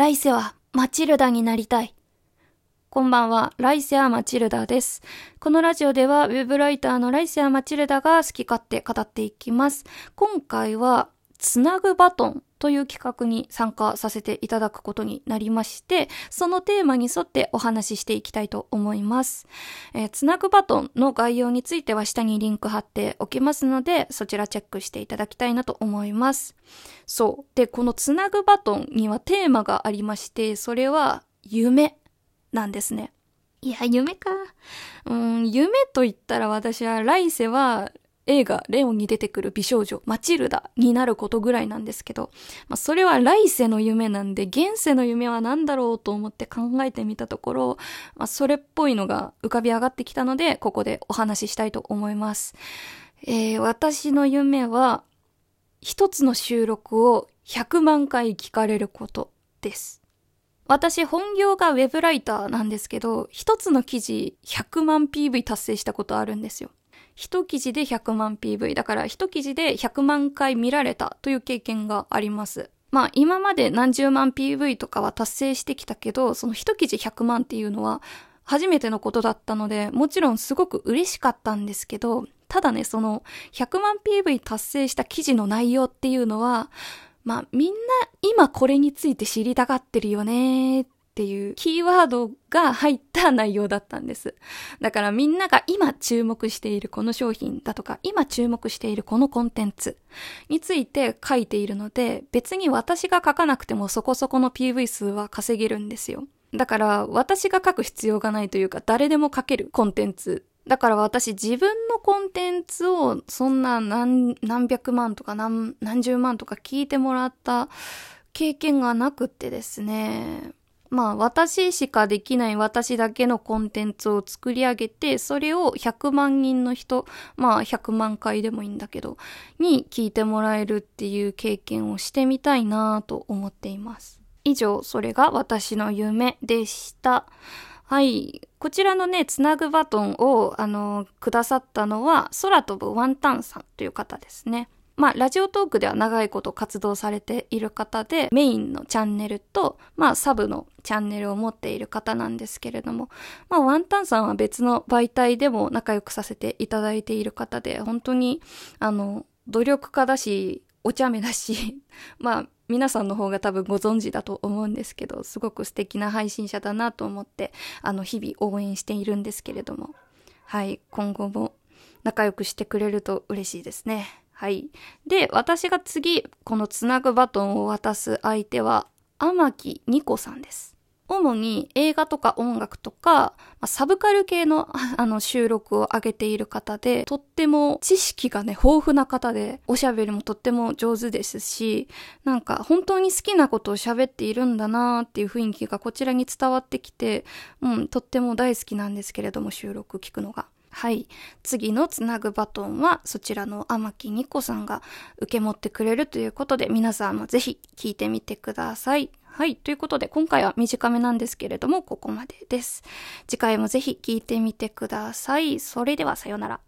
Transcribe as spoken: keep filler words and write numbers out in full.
来世はマチルダになりたい。こんばんは、来世はマチルダです。このラジオではウェブライターの来世はマチルダが好き勝手語っていきます。今回はつなぐバトンという企画に参加させていただくことになりまして、そのテーマに沿ってお話ししていきたいと思います。えー、つなぐバトンの概要については下にリンク貼っておきますので、そちらチェックしていただきたいなと思います。そう。で、このつなぐバトンにはテーマがありまして、それは夢なんですね。いや、夢か。うん、夢と言ったら私は来世は映画レオンに出てくる美少女マチルダになることぐらいなんですけど、まあ、それは来世の夢なんで、現世の夢は何だろうと思って考えてみたところ、まあ、それっぽいのが浮かび上がってきたので、ここでお話ししたいと思います。えー、私の夢は一つの収録をひゃくまんかい聞かれることです。私本業がウェブライターなんですけど、一つの記事ひゃくまんピーブイ 達成したことあるんですよ。一記事でひゃくまんピーブイ、だから一記事でひゃくまんかい見られたという経験があります。まあ今まで何十万 ピーブイ とかは達成してきたけど、その一記事ひゃくまんっていうのは初めてのことだったので、もちろんすごく嬉しかったんですけど、ただね、そのひゃくまんピーブイ 達成した記事の内容っていうのは、まあみんな今これについて知りたがってるよねっていうキーワードが入った内容だったんです。だからみんなが今注目しているこの商品だとか、今注目しているこのコンテンツについて書いているので、別に私が書かなくてもそこそこの ピーブイ 数は稼げるんですよ。だから私が書く必要がないというか、誰でも書けるコンテンツ。だから私自分のコンテンツをそんな何、何百万とか何、何十万とか聞いてもらった経験がなくってですね。まあ私しかできない私だけのコンテンツを作り上げて、それをひゃくまんにんの人、まあひゃくまんかいでもいいんだけど、に聞いてもらえるっていう経験をしてみたいなと思っています。以上、それが私の夢でした。はい。こちらのね、つなぐバトンを、あの、くださったのは、空飛ぶワンタンさんという方ですね。まあ、ラジオトークでは長いこと活動されている方で、メインのチャンネルと、まあ、サブのチャンネルを持っている方なんですけれども、まあ、ワンタンさんは別の媒体でも仲良くさせていただいている方で、本当に、あの、努力家だし、お茶目だし、まあ、皆さんの方が多分ご存知だと思うんですけど、すごく素敵な配信者だなと思って、あの、日々応援しているんですけれども、はい、今後も仲良くしてくれると嬉しいですね。はい。で、私が次、このつなぐバトンを渡す相手は、天木ニコさんです。主に映画とか音楽とか、サブカル系のあの収録を上げている方で、とっても知識がね、豊富な方で、おしゃべりもとっても上手ですし、なんか本当に好きなことを喋っているんだなーっていう雰囲気がこちらに伝わってきて、うん、とっても大好きなんですけれども、収録聞くのが。はい。次のつなぐバトンは、そちらの天木ニコさんが受け持ってくれるということで、皆さんもぜひ聞いてみてください。はい。ということで、今回は短めなんですけれども、ここまでです。次回もぜひ聞いてみてください。それでは、さようなら。